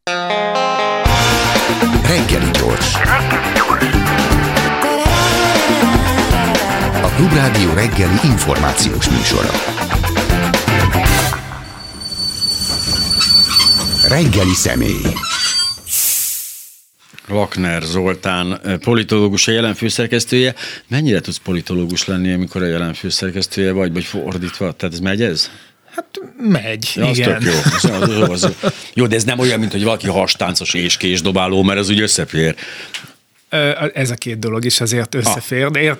Reggeli gyors. A Klubrádió reggeli információs műsora. Reggeli személy. Lakner Zoltán, politológus, a Jelen főszerkesztője. Mennyire tudsz politológus lenni, amikor a Jelen főszerkesztője vagy fordítva? Tehát ez megy ez? Hát megy, ja, igen. Az jó, de ez nem olyan, mint hogy valaki hastáncos és késdobáló, mert az úgy összefér. Ez a két dolog is azért összefér, de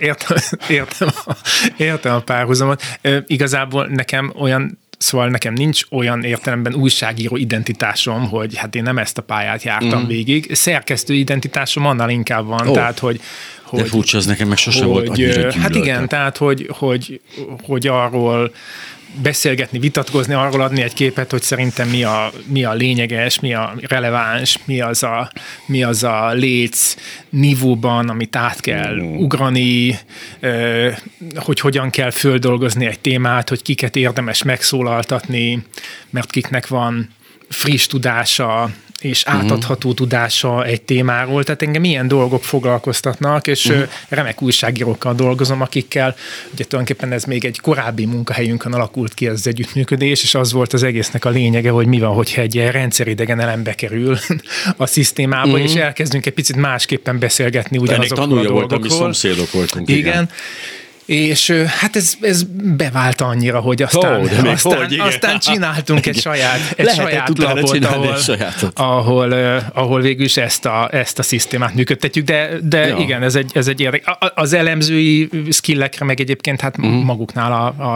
értem a párhuzamot. Igazából nekem nincs olyan értelemben újságíró identitásom, hogy hát én nem ezt a pályát jártam végig. Szerkesztő identitásom annál inkább van, tehát hogy de furcsa, az nekem meg sose volt annyira gyűlöltem. Hát igen, tehát hogy arról beszélgetni, vitatkozni, arról adni egy képet, hogy szerintem mi a lényeges, mi a releváns, mi az a léc nívóban, amit át kell ugrani, hogy hogyan kell földolgozni egy témát, hogy kiket érdemes megszólaltatni, mert kiknek van friss tudása, és átadható tudása egy témáról, tehát engem ilyen dolgok foglalkoztatnak, és remek újságírókkal dolgozom, akikkel, ugye tulajdonképpen ez még egy korábbi munkahelyünkön alakult ki ez az együttműködés, és az volt az egésznek a lényege, hogy mi van, hogyha egy rendszeridegen elem bekerül a szisztémába, és elkezdünk egy picit másképpen beszélgetni ugyanazokról a dolgokról. Voltam, mi szomszédok voltunk. Igen. És hát ez bevált annyira, hogy aztán csináltunk egy saját lapot, ahol végül is ezt a szisztémát működtetjük, de igen, ez egy érdekes. Az elemzői skillekre meg egyébként hát maguknál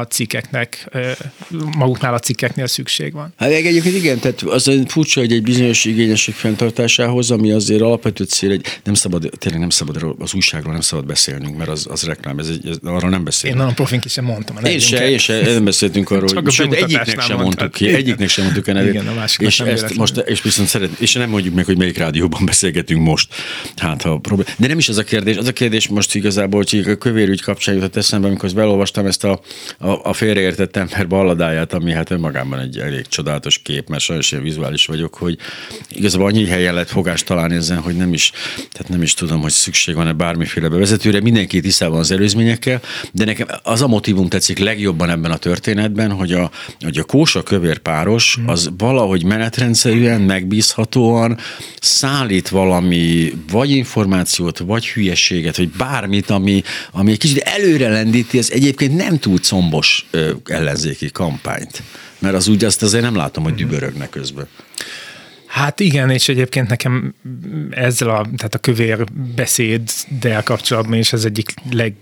a cikkeknél szükség van. Hát egyébként igen, tehát az furcsa, hogy egy bizonyos igényesség fenntartásához, ami azért alapvető cél, tényleg nem szabad az újságról nem szabad beszélnünk, mert az reklám, arról nem beszélünk. Én a profink is sem mondtam. Én se, nem beszéltünk arról, sőt, egyiknek sem mondtuk ki a nevét. Igen, a másik és ezt most, és viszont és nem mondjuk meg, hogy melyik rádióban beszélgetünk most. Hát, ha de nem is az a kérdés most igazából, hogy a kövérügy kapcsán jutott eszembe, amikor belolvastam ezt a félreértett ember balladáját, ami hát önmagában egy elég csodálatos kép, mert sajnos én vizuális vagyok, hogy igazából annyi helyen lehet fogást találni ezen, hogy nem is tudom, hogy szükség van-e bármiféle bevezetőre, mindenki tisztában az előzményekkel, de nekem az a motívum tetszik legjobban ebben a történetben, hogy a kósa-kövér páros az valahogy menetrendszerűen, megbízhatóan szállít valami vagy információt, vagy hülyeséget, vagy bármit, ami egy kicsit előre lendíti az egyébként nem túl combos ellenzéki kampányt. Mert azt azért nem látom, hogy dübörögnek közben. Hát igen, és egyébként nekem tehát a kövér beszéddel kapcsolatban is ez egyik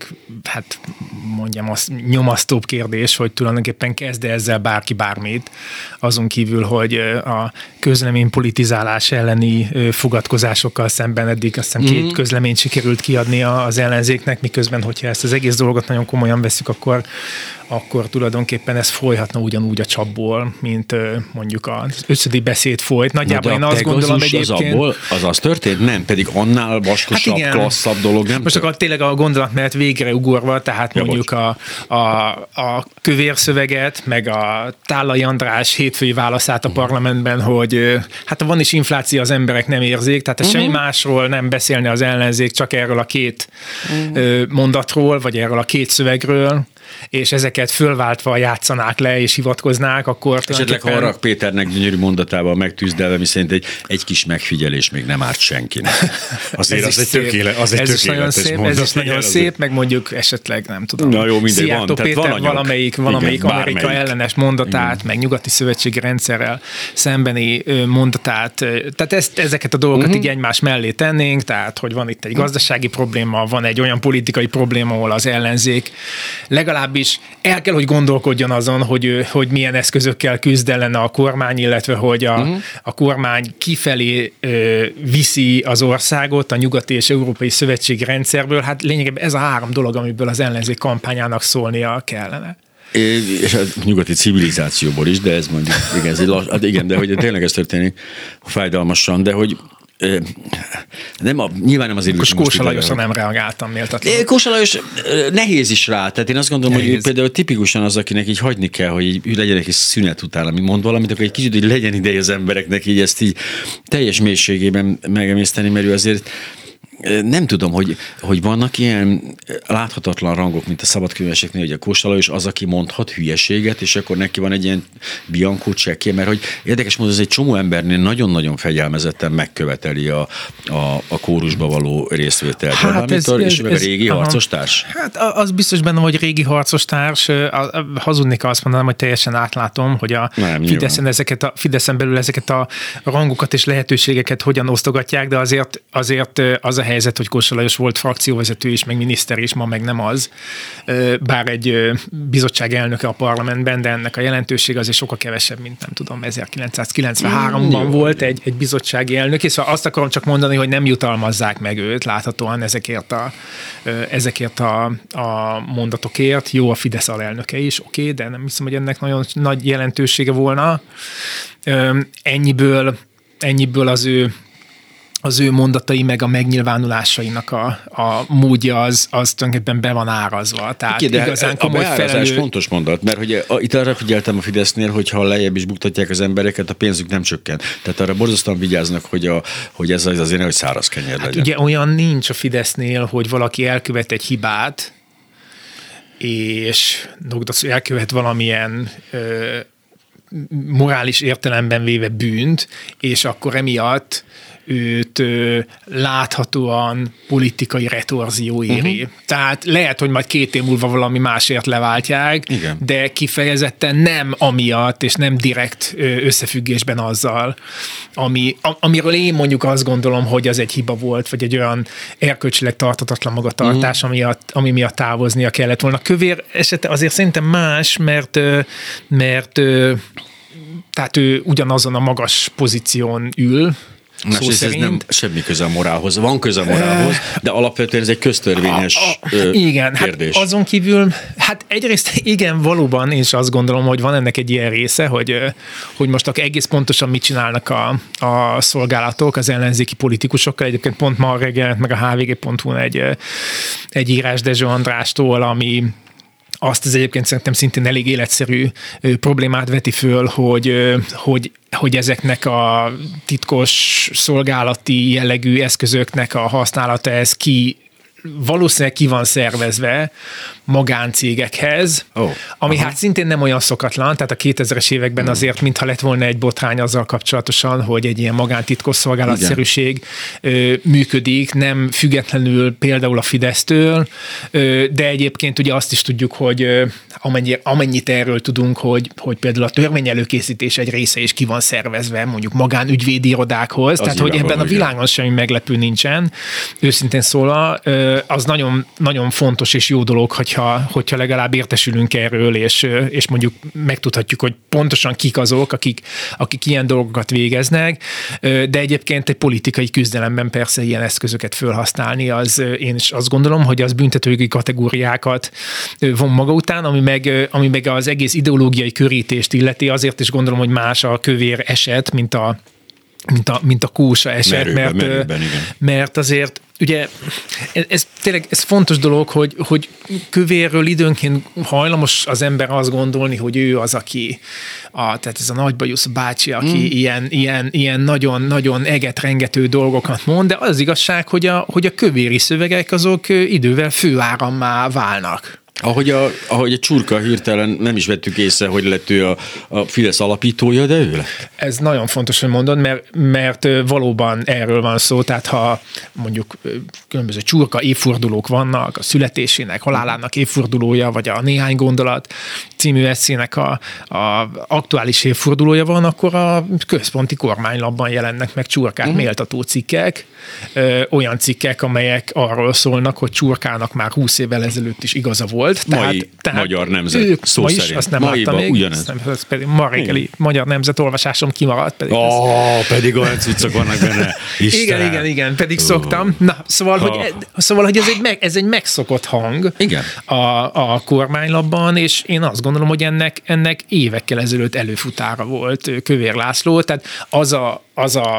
nyomasztóbb kérdés, hogy tulajdonképpen kezd ezzel bárki bármit, azon kívül, hogy a közlemény politizálás elleni fogadkozásokkal szemben eddig azt hiszem 2 közleményt sikerült kiadni az ellenzéknek, miközben, hogyha ezt az egész dolgot nagyon komolyan veszük, akkor tulajdonképpen ez folyhatna ugyanúgy a csapból, mint mondjuk az összödi beszéd folyt. Nagyjából én azt gondolom egyébként... Az történt? Nem, pedig annál vaskosabb, klasszabb dolog nem. Most akkor tényleg a gondolat mellett végre ugorva, tehát mondjuk a kövérszöveget, meg a Tállai András hétfői válaszát a parlamentben, hogy hát van is infláció, az emberek nem érzik, tehát semmi másról nem beszélne az ellenzék, csak erről a 2 mondatról, vagy erről a 2 szövegről, és ezeket fölváltva játszanák le, és hivatkoznák, akkor... Esetleg Harrag Péternek gyönyörű mondatával megtűzdel, ami szerint egy kis megfigyelés még nem árt senkinek. Azért az egy tökéletes mondat. Ez is nagyon szép, meg mondjuk esetleg, nem tudom, na jó, Szijjártó Péter valamelyik Amerika ellenes mondatát, meg nyugati szövetségi rendszerrel szembeni mondatát, tehát ezeket a dolgokat így egymás mellé tennénk, tehát hogy van itt egy gazdasági probléma, van egy olyan politikai probléma, ahol az ellenzék legalábbis el kell, hogy gondolkodjon azon, hogy milyen eszközökkel küzd ellene a kormány, illetve hogy a kormány kifelé viszi az országot a nyugati és európai szövetségi rendszerből. Hát lényegében ez a 3 dolog, amiből az ellenzék kampányának szólnia kellene. És a nyugati civilizációból is, de ez mondjuk, igen, de hogy tényleg ez történik fájdalmasan, de hogy nyilván nem azért... Most Kósa Lajosra nem reagáltam méltatlanul. Kósa Lajos nehéz is rá, tehát én azt gondolom, nehéz. Hogy például tipikusan az, akinek így hagyni kell, hogy így legyen egy szünet után, ami mond valamit, akkor egy kicsit, hogy legyen ideje az embereknek így ezt így teljes mélységében megemészteni, mert ő azért nem tudom, hogy vannak ilyen láthatatlan rangok, mint a szabadkönyveseknél, hogy a Kósa Lajos az, aki mondhat hülyeséget, és akkor neki van egy ilyen bianco csekkje, mert hogy érdekes módon ez egy csomó embernél nagyon-nagyon fegyelmezetten megköveteli a kórusba való részvételt. Hát és meg a régi harcostárs? Hát az biztos bennem, hogy régi harcostárs. Hazudnék, azt mondanám, hogy teljesen átlátom, hogy a Fideszen belül ezeket a rangokat és lehetőségeket hogyan osztogatják, de azért az a helyzet, hogy Kósa Lajos volt frakcióvezető is, meg miniszter is, ma meg nem az. Bár egy bizottság elnöke a parlamentben, de ennek a jelentőség azért sokkal kevesebb, mint nem tudom, 1993-ban volt egy bizottsági elnök, és azt akarom csak mondani, hogy nem jutalmazzák meg őt láthatóan ezekért a mondatokért. Jó, a Fidesz alelnöke is, oké, de nem hiszem, hogy ennek nagyon nagy jelentősége volna. Ennyiből az ő mondatai meg a megnyilvánulásainak a módja az tulajdonképpen be van árazva. Tehát de igazán a beárazás fontos mondat, mert hogy itt arra figyeltem a Fidesznél, hogyha lejjebb is buktatják az embereket, a pénzük nem csökken. Tehát arra borzasztóan vigyáznak, hogy ez azért hogy száraz kenyér legyen. Ugye olyan nincs a Fidesznél, hogy valaki elkövet egy hibát, és elkövet valamilyen morális értelemben véve bűnt, és akkor emiatt őt láthatóan politikai retorzió éri. Tehát lehet, hogy majd 2 év múlva valami másért leváltják, igen, de kifejezetten nem amiatt, és nem direkt összefüggésben azzal, amiről én mondjuk azt gondolom, hogy az egy hiba volt, vagy egy olyan erkölcsileg tartatatlan magatartás, ami miatt távoznia kellett volna. Kövér esete azért szerintem más, mert tehát ő ugyanazon a magas pozíción ül, ez nem semmi köze a morálhoz. Van köze a morálhoz, de alapvetően ez egy köztörvényes igen, kérdés. Hát azon kívül, hát egyrészt igen, valóban, és azt gondolom, hogy van ennek egy ilyen része, hogy most akkor egész pontosan mit csinálnak a szolgálatok az ellenzéki politikusokkal. Egyébként pont ma reggel meg a hvg.hu-n egy írás Dezső Andrástól, ami azt az egyébként szerintem szintén elég életszerű problémát veti föl, hogy ezeknek a titkos szolgálati jellegű eszközöknek a használata, ez valószínűleg ki van szervezve magáncégekhez, ami hát szintén nem olyan szokatlan, tehát a 2000-es években azért, mintha lett volna egy botrány azzal kapcsolatosan, hogy egy ilyen magántitkos szolgálatszerűség működik, nem függetlenül például a Fidesztől, de egyébként ugye azt is tudjuk, hogy amennyit erről tudunk, hogy például a törvény előkészítés egy része is ki van szervezve, mondjuk magánügyvédi irodákhoz, tehát hogy ebben a világon semmi meglepő nincsen, őszintén szólva, az nagyon, nagyon fontos és jó dolog, hogyha legalább értesülünk erről, és mondjuk megtudhatjuk, hogy pontosan kik azok, akik ilyen dolgokat végeznek, de egyébként egy politikai küzdelemben persze ilyen eszközöket felhasználni, én is azt gondolom, hogy az büntetőjogi kategóriákat von maga után, ami meg az egész ideológiai körítést illeti, azért is gondolom, hogy más a Kövér eset, mint a Kósa eset, mert azért ugye ez fontos dolog, hogy Kövérről időnként hajlamos az ember azt gondolni, hogy ő az, aki tehát ez a Nagybajusz bácsi, aki ilyen nagyon-nagyon egetrengető dolgokat mond, de az igazság, hogy a kövéri szövegek azok idővel főárammá válnak. Ahogy a Csurka hirtelen nem is vettük észre, hogy lett ő a Fidesz alapítója, de ő lett. Ez nagyon fontos, hogy mondod, mert valóban erről van szó, tehát ha mondjuk különböző Csurka évfordulók vannak, a születésének, halálának évfordulója, vagy a Néhány gondolat című eszének a aktuális évfordulója van, akkor a központi kormánylapban jelennek meg Csurkát méltató cikkek, olyan cikkek, amelyek arról szólnak, hogy Csurkának már 20 évvel ezelőtt is igaza volt. Tehát Magyar Nemzet, szó ma is, szerint. Azt nem láttam még. Ugyanez. Pedig ma reggeli Magyar Nemzet olvasásom kimaradt. Pedig olyan cuccok vannak benne. Igen, pedig szoktam. Na, szóval, hogy ez egy megszokott hang a kormánylapban, és én azt gondolom, hogy ennek évekkel ezelőtt előfutára volt Kövér László. Tehát az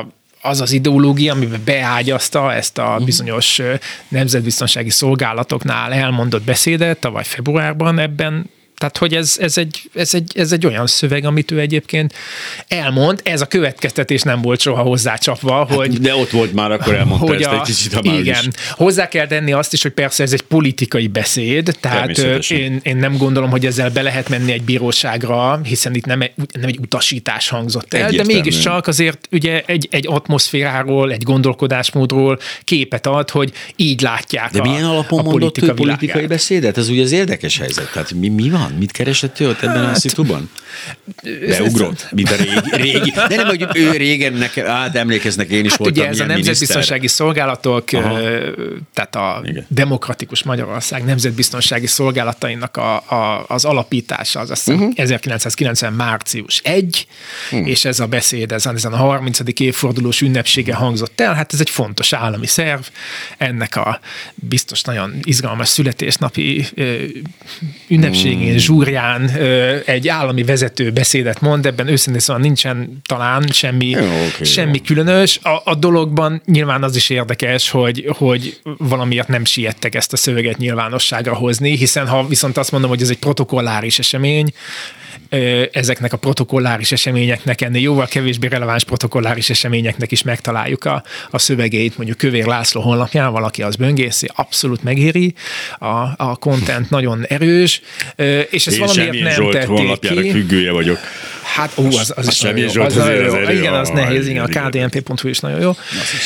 az az ideológia, amiben beágyazta ezt a bizonyos nemzetbiztonsági szolgálatoknál elmondott beszédet tavaly februárban ebben. Tehát, hogy ez egy olyan szöveg, amit ő egyébként elmond. Ez a következtetés nem volt soha hozzácsapva, hogy... De ott volt már, akkor elmondta ezt egy kicsit, igen. Is. Hozzá kell tenni azt is, hogy persze ez egy politikai beszéd, tehát én nem gondolom, hogy ezzel be lehet menni egy bíróságra, hiszen itt nem egy utasítás hangzott el, de mégiscsak azért ugye egy atmoszféráról, egy gondolkodásmódról képet ad, hogy így látják de milyen alapon mondott ő politikai beszédet? Ez ugye az érdekes helyzet. Tehát mi van? Mit keresett ő ott ebben a szituban? Beugrott, mint a régi. De nem, hogy ő régen emlékeznek, én is voltam ugye ez a nemzetbiztonsági szolgálatok, tehát a demokratikus Magyarország nemzetbiztonsági szolgálatainak az alapítása, az azt hiszem 1990. március 1, és ez a beszéd ezen a 30. évfordulós ünnepsége hangzott el. Hát ez egy fontos állami szerv, ennek a biztos nagyon izgalmas születésnapi ünnepségén, zsúrján egy állami vezető beszédet mond, ebben őszintén szóval nincsen talán semmi különös. A dologban nyilván az is érdekes, hogy valamiért nem siettek ezt a szöveget nyilvánosságra hozni, hiszen ha viszont azt mondom, hogy ez egy protokolláris esemény, ezeknek a protokolláris eseményeknek, ennél jóval kevésbé releváns protokolláris eseményeknek is megtaláljuk a szövegeit, mondjuk Kövér László honlapján, valaki az böngészi, abszolút megéri, a content nagyon erős, és ezt valamiért nem tették ki. Függője vagyok. Hát, az is nagyon jó. Igen, az nehéz, igen, a kdnp.hu is nagyon jó.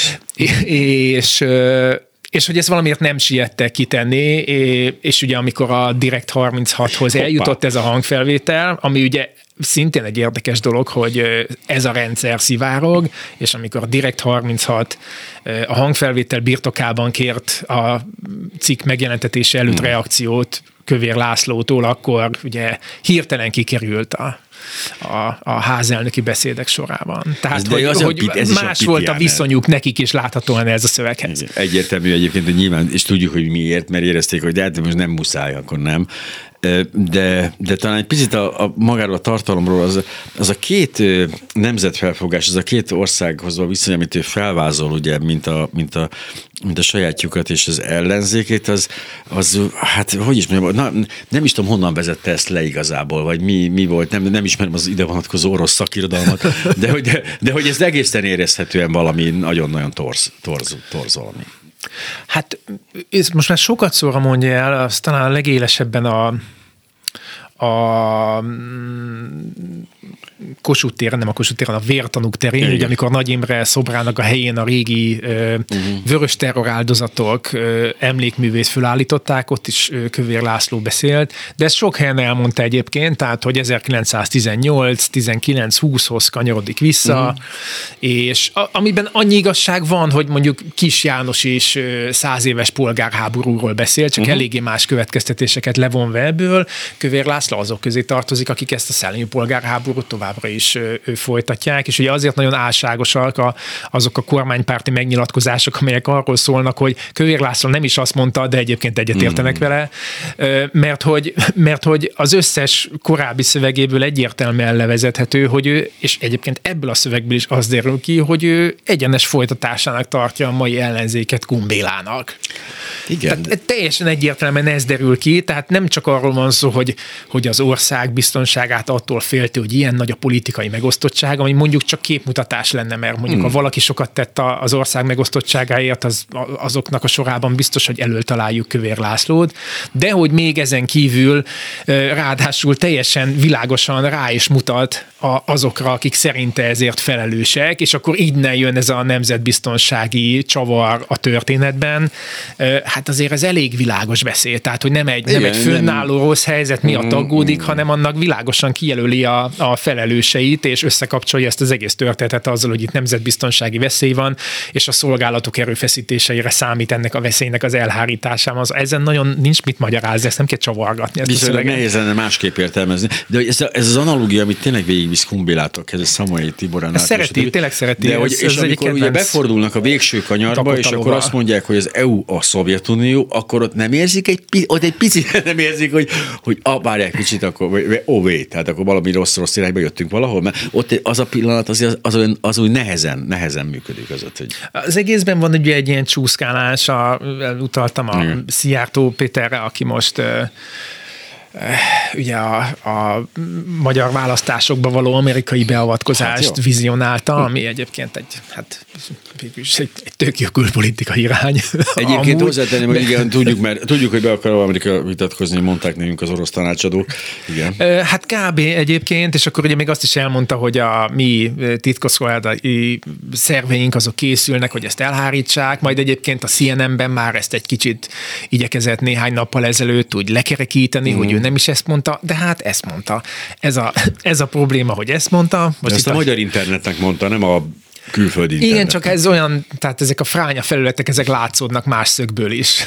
És hogy ezt valamiért nem siettek kitenni, és ugye amikor a Direkt 36-hoz eljutott ez a hangfelvétel, ami ugye szintén egy érdekes dolog, hogy ez a rendszer szivárog, és amikor a Direkt 36 a hangfelvétel birtokában kért a cikk megjelentetése előtt reakciót Kövér Lászlótól, akkor ugye hirtelen kikerült a házelnöki beszédek sorában. Tehát, hogy más volt a viszonyuk nekik is láthatóan ez a szöveghez. Egyértelmű egyébként, hogy nyilván, és tudjuk, hogy miért, mert érezték, hogy de hát most nem muszáj, akkor nem. De talán egy picit magáról a tartalomról az a két nemzetfelfogás, az a két országhoz a viszony, amit ő felvázol, ugye, mint a sajátjukat és az ellenzékét, az hát, hogy is mondjam, nem is tudom, honnan vezette ezt le igazából, vagy mi volt, nem ismerem az ide vonatkozó orosz szakirodalmat, de hogy ez egészen érezhetően valami nagyon-nagyon torz valami. Hát ez most már sokat szóra mondja el, az talán a legélesebben a Kossuth téren, nem a Kossuth téren, a Vértanúk terén, ugye, amikor Nagy Imre szobrának a helyén a régi vörös terroráldozatok emlékművét fölállították, ott is Kövér László beszélt, de ezt sok helyen elmondta egyébként, tehát, hogy 1918-19-20-hoz kanyarodik vissza, és amiben annyi igazság van, hogy mondjuk Kis János is 100 éves polgárháborúról beszél, csak eléggé más következtetéseket levonva ebből. Kövér László azok közé tartozik, akik ezt a szellemi polgárháborút továbbra is folytatják, és ugye azért nagyon álságosak azok a kormánypárti megnyilatkozások, amelyek arról szólnak, hogy Kövér László nem is azt mondta, de egyébként egyetértenek vele, mert hogy az összes korábbi szövegéből egyértelműen levezethető, hogy ő, és egyébként ebből a szövegből is az derül ki, hogy ő egyenes folytatásának tartja a mai ellenzéket Kumbélának. Igen. Tehát teljesen egyértelműen ez derül ki, tehát nem csak arról van szó, hogy az ország biztonságát attól félti, hogy ilyen nagy a politikai megosztottság, ami mondjuk csak képmutatás lenne, mert mondjuk ha valaki sokat tett az ország megosztottságáért, azoknak a sorában biztos, hogy elől találjuk Kövér Lászlót, de hogy még ezen kívül ráadásul teljesen világosan rá is mutat azokra, akik szerinte ezért felelősek, és akkor innen jön ez a nemzetbiztonsági csavar a történetben. Hát azért ez elég világos beszéd, tehát hogy nem egy fönnálló rossz helyzet miatt aggódik, hanem annak világosan kijelöli a felelőseit, és összekapcsolja ezt az egész történetet azzal, hogy itt nemzetbiztonsági veszély van, és a szolgálatok erőfeszítéseire számít ennek a veszélynek az elhárításában. Ezen nagyon nincs mit magyarázni, ezt nem kell csavargatni. Viszont nehéz lenne másképp értelmezni. De ez az analógia, amit tényleg végigvisz Kumbélától kezdve Szamolyai Tiborán át. Tényleg szereti. És amikor ugye befordulnak a végső kanyarba, és akkor azt mondják, hogy az EU a Szovjetunió, Szovjetunió, akkor ott nem érzik ott egy picit nem érzik, hogy várják kicsit, akkor tehát akkor valami rossz irányba jöttünk valahol, mert ott az a pillanat az úgy nehezen működik között. Hogy... Az egészben van ugye egy ilyen csúszkálás, utaltam a Szijjártó Péterre, aki most ugye a magyar választásokba való amerikai beavatkozást vizionálta, ami egyébként egy tök jó külpolitikai irány. Egyébként hozzátenném, hogy igen, tudjuk, hogy be akar Amerika vitatkozni, mondták nekünk az orosz tanácsadók. Igen. Hát kb. Egyébként, és akkor ugye még azt is elmondta, hogy a mi titkosszolgálati szerveink azok készülnek, hogy ezt elhárítsák, majd egyébként a CNN-ben már ezt egy kicsit igyekezett néhány nappal ezelőtt úgy lekerekíteni, hogy ő nem is ezt mondta, de hát ezt mondta. Ez a probléma, hogy ezt mondta. Most ezt a magyar internetnek mondta, nem a külföldi internet. Igen, csak ez olyan, tehát ezek a fránya felületek, ezek látszódnak más szögből is.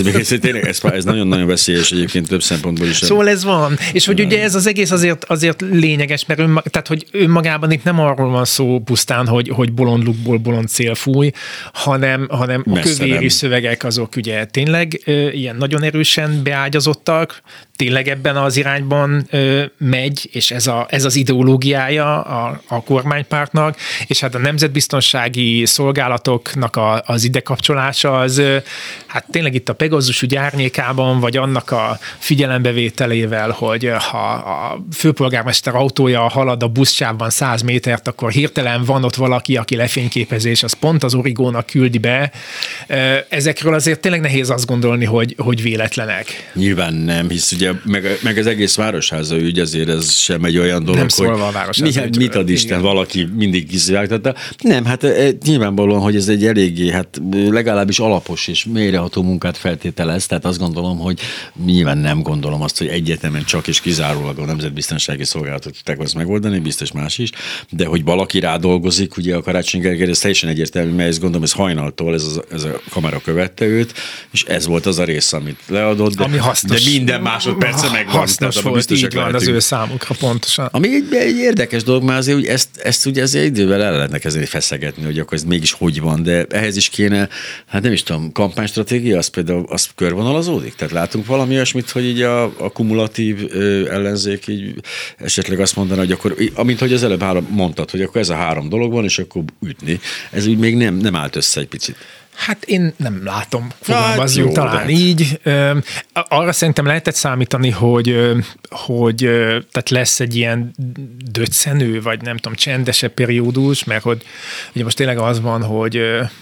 Ez nagyon-nagyon veszélyes egyébként több szempontból is. Szóval ez van. És hogy ugye ez az egész azért lényeges, mert tehát, hogy önmagában itt nem arról van szó pusztán, hogy bolond lukból bolond szél fúj, hanem a kövéri szövegek azok ugye tényleg ilyen nagyon erősen beágyazottak, tényleg ebben az irányban megy, és ez az ideológiája a kormánypártnak, és hát a nemzetbiztonsági szolgálatoknak az ide kapcsolása az hát tényleg itt a Pegazus ügy árnyékában, vagy annak a figyelembevételével, hogy ha a főpolgármester autója halad a buszsávban 100 métert, akkor hirtelen van ott valaki, aki lefényképezi, és az pont az Origónak küldi be. Ezekről azért tényleg nehéz azt gondolni, hogy véletlenek. Nyilván nem, hisz ugye meg az egész Városháza ügy, azért ez sem egy olyan dolog, hogy mit ad Isten, valaki mindig kisziváltatta. Nem, hát nyilvánvalóan, hogy ez egy eléggé, hát legalábbis alapos és mélyreható munkát feltételez, tehát azt gondolom, hogy nyilván nem gondolom azt, hogy egyetemen csak és kizárólag a Nemzetbiztonsági Szolgálatot tudták azt megoldani, biztos más is, de hogy valaki rádolgozik, ugye a Karácsony Gergely, ez teljesen egyértelmű, mert ezt gondolom, ez hajnaltól, ez a kamera követte őt, és ez volt az a rész, amit leadott, de minden másodperce megvan. Hasznos volt, így van az ő számukra pontosan. Ami egy érdekes dolog, már azért, hogy ezt ugye azért idővel el lehetne kezdeni feszegetni, hogy akkor ez mégis hogy van, de ehhez is kéne, hát nem is tudom, kampánystratégia, az például az körvonalazódik? Tehát látunk valami olyasmit, hogy így a kumulatív ellenzék így esetleg azt mondaná, hogy akkor, amint hogy az előbb mondtad, hogy akkor ez a 3 dolog van, és akkor ütni. Ez úgy még nem állt össze egy picit. Hát én nem látom, fogalmazzunk talán így. Arra szerintem lehetett számítani, hogy tehát lesz egy ilyen döccenő, vagy nem tudom, csendesebb periódus, mert hogy ugye most tényleg az van, hogy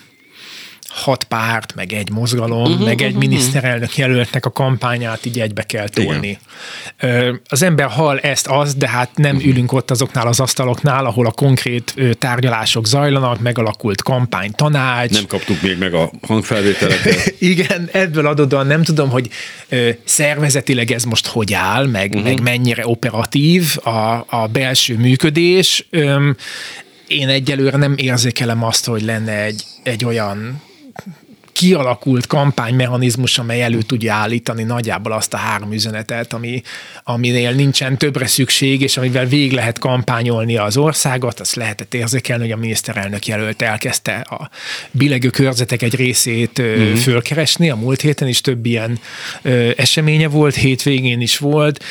6 párt, meg egy mozgalom, meg egy miniszterelnök jelöltnek a kampányát így egybe kell tolni. Az ember hall ezt, de hát nem ülünk ott azoknál az asztaloknál, ahol a konkrét tárgyalások zajlanak, megalakult kampánytanács. Nem kaptuk még meg a hangfelvételeket. Igen, ebből adódóan nem tudom, hogy szervezetileg ez most hogy áll, meg mennyire operatív a belső működés. Én egyelőre nem érzékelem azt, hogy lenne egy olyan kialakult kampánymechanizmus, amely elő tudja állítani nagyjából azt a 3 üzenetet, aminél nincsen többre szükség, és amivel végig lehet kampányolni az országot. Azt lehetett érzékelni, hogy a miniszterelnök jelölt elkezdte a billegő körzetek egy részét fölkeresni. A múlt héten is több ilyen eseménye volt, hétvégén is volt,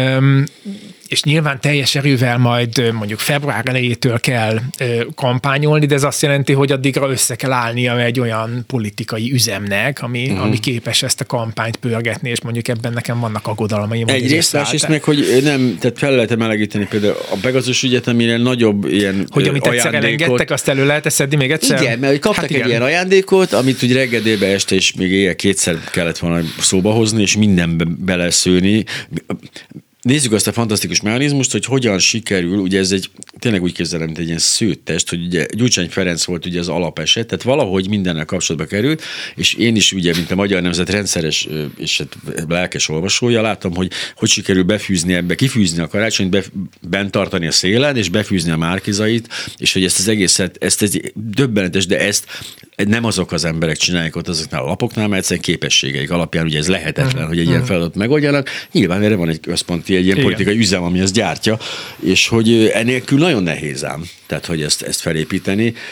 és nyilván teljes erővel majd mondjuk február elejétől kell kampányolni, de ez azt jelenti, hogy addigra össze kell állnia egy olyan politikai üzemnek, ami képes ezt a kampányt pörgetni, és mondjuk ebben nekem vannak aggodalmaim. Egyrészt, másrészt meg, hogy nem, tehát fel lehet melegíteni például a Pegazus ügyet, amire nagyobb ilyen hogy amit egyszer elengedtek, azt elő lehet szedni még egyszer? Igen, mert kaptak egy ilyen ajándékot, amit úgy reggel, délbe, este és még éjjel 2-szer kellett volna szóba hozni, és mindenbe beleszőni. Nézzük azt a fantasztikus mechanizmust, hogy hogyan sikerül, ugye ez tényleg úgy képzelem, mint egy ilyen szőttest, hogy ugye Gyurcsány Ferenc volt ugye az alapeset, tehát valahogy mindennel kapcsolatba került, és én is ugye, mint a Magyar Nemzet rendszeres és lelkes olvasója, láttam, hogy sikerül kifűzni a Karácsonyt, bent tartani a szélen, és befűzni a márkizait, és hogy ezt az egészet, ez döbbenetes, de ezt nem azok az emberek csinálják ott azoknál a lapoknál, mert egyszerűen képességeik alapján ugye ez lehetetlen, hogy egy ilyen feladatot megoldjanak. Nyilván erre van egy központi, egy ilyen politikai üzem, ami ezt gyártja, és hogy enélkül nagyon nehéz ám, tehát hogy ezt felépíteni.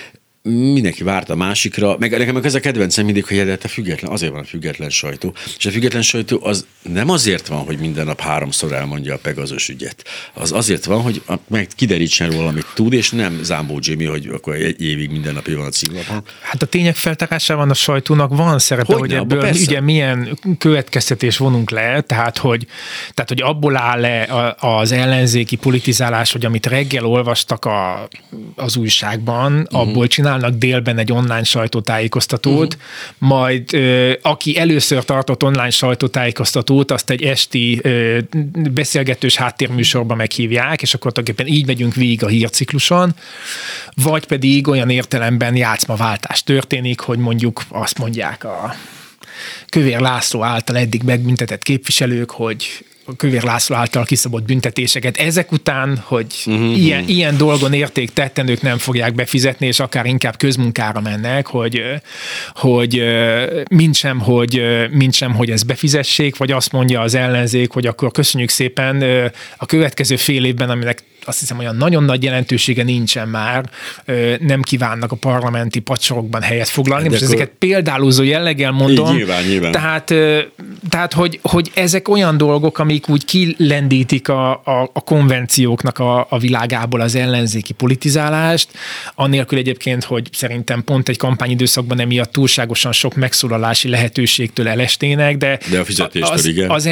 mindenki várt a másikra, meg nekem ez a kedvencem mindig, hogy a független, azért van a független sajtó. És a független sajtó az nem azért van, hogy minden nap 3-szor elmondja a Pegasus ügyet. Az azért van, hogy meg kiderítsen róla, amit tud, és nem Zámbó Jimmy, hogy akkor egy évig minden nap van a címlapon. Hát a tények feltárásában a sajtónak van szerepe, hogy ebből ugye milyen következtetés vonunk le, tehát hogy abból áll-e az ellenzéki politizálás, hogy amit reggel olvastak az újságban, abból csinálnak délben egy online sajtótájékoztatót, majd aki először tartott online sajtótájékoztatót, azt egy esti beszélgetős háttérműsorba meghívják, és akkor tulajdonképpen így megyünk végig a hírcikluson, vagy pedig olyan értelemben játszmaváltás történik, hogy mondjuk azt mondják a Kövér László által eddig megbüntetett képviselők, hogy Kövér László által kiszabott büntetéseket. Ezek után, hogy ilyen dolgon érték tetten ők nem fogják befizetni, és akár inkább közmunkára mennek, hogy mintsem, hogy ezt befizessék, vagy azt mondja az ellenzék, hogy akkor köszönjük szépen a következő fél évben, aminek azt hiszem, olyan nagyon nagy jelentősége nincsen már, nem kívánnak a parlamenti padsorokban helyet foglalni. Most ezeket példálózó jelleggel mondom. Nyilván. Tehát hogy ezek olyan dolgok, amik úgy kilendítik a konvencióknak a világából az ellenzéki politizálást, annélkül egyébként, hogy szerintem pont egy kampányidőszakban emiatt túlságosan sok megszólalási lehetőségtől elestének, de a fizetéstől, igen. Az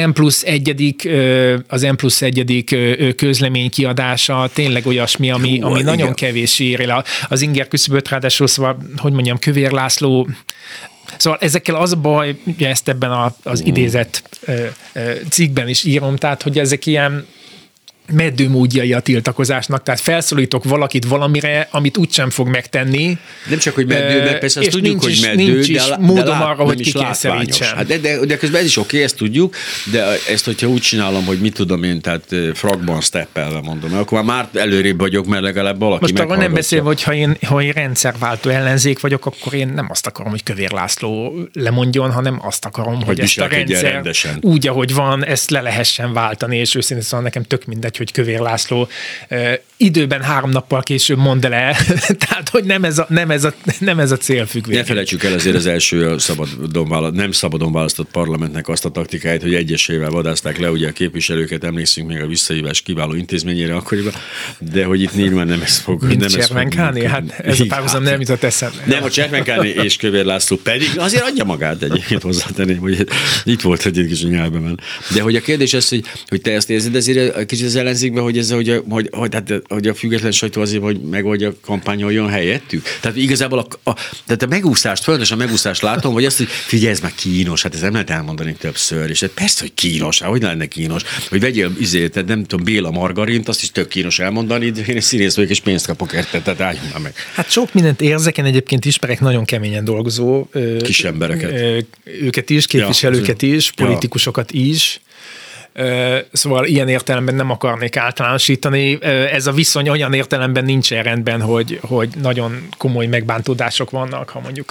N+1 közlemény kiadás tényleg olyasmi, ami nagyon kevés ér el. Az inger küszöböt, ráadásul szóval, hogy mondjam, Kövér László. Szóval ezekkel az a baj, ugye ezt ebben az idézett cikkben is írom, tehát, hogy ezek ilyen meddőmódjai a tiltakozásnak, tehát felszólítok valakit valamire, amit úgysem fog megtenni. Nem csak, hogy meddő, mert persze azt tudjuk, hogy meddő, nincs is módom arra, hogy kikényszerítsem. Hát de közben ez is oké, ezt tudjuk, de ezt, hogyha úgy csinálom, hogy mit tudom én, tehát fragban steppelve mondom, akkor már előrébb vagyok, mert legalább valaki most meghallgatja. arról nem beszélve, hogy én rendszerváltó ellenzék vagyok, akkor én nem azt akarom, hogy Kövér László lemondjon, hanem azt akarom, hogy ezt a rendszer rendesen, úgy, ahogy van, ezt le lehessen váltani, és őszintén szóval nekem tök mindegy, hogy Kövér László időben 3 nappal később mond el, tehát hogy nem ez a célfüggvény. Ne felejtsük el azért az első nem szabadon választott parlamentnek azt a taktikáját, hogy egyesével vadázták le ugye a képviselőket, emlékszünk még a visszahívás kiváló intézményére akkoriban, de hogy itt nyilván nem ez fog. Mint Csermenkáné? Hát ez a párhuzam nem jutott eszembe. Nem, a Csermenkáné és Kövér László pedig azért adja magát egyébként hozzátenném, hogy itt volt egy kis nyelvemen. De hogy a kérdés az, hogy te ezt érzed azért kicsit az ellenzékben, hogy ez, hogy a független sajtó azért, hogy megoldja a kampányoljon helyettük. Tehát igazából tehát a megúszást, folyamatosan megúszást látom, vagy azt, hogy figyelj, ez már kínos, hát ez nem lehet elmondani többször, és hát persze, hogy kínos, hát hogy lenne kínos, hogy vegyél tehát nem tudom, Béla margarint, azt is tök kínos elmondani, de én egy színész vagyok, és pénzt kapok érte, tehát álljunk már meg. Hát sok mindent érzek, én egyébként ismerek nagyon keményen dolgozó kis embereket. Őket is, képviselőket is, politikusokat is. Szóval ilyen értelemben nem akarnék általánosítani. Ez a viszony olyan értelemben nincsen rendben, hogy nagyon komoly megbántódások vannak, ha mondjuk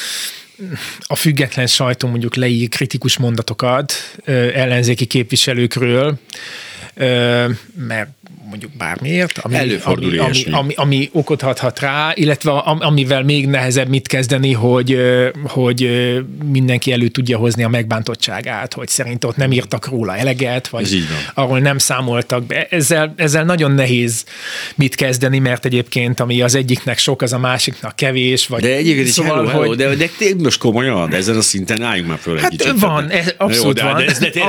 a független sajtó mondjuk leír kritikus mondatokat ellenzéki képviselőkről, mert mondjuk bármiért, ami okot adhat rá, illetve amivel még nehezebb mit kezdeni, hogy mindenki elő tudja hozni a megbántottságát, hogy szerint ott nem írtak róla eleget, vagy arról nem számoltak be. Ezzel nagyon nehéz mit kezdeni, mert egyébként ami az egyiknek sok, az a másiknak kevés. Vagy de egyébként szóval, is hello, de most komolyan, de ezen a szinten álljunk már föl egy kicsit. Van, abszolút van.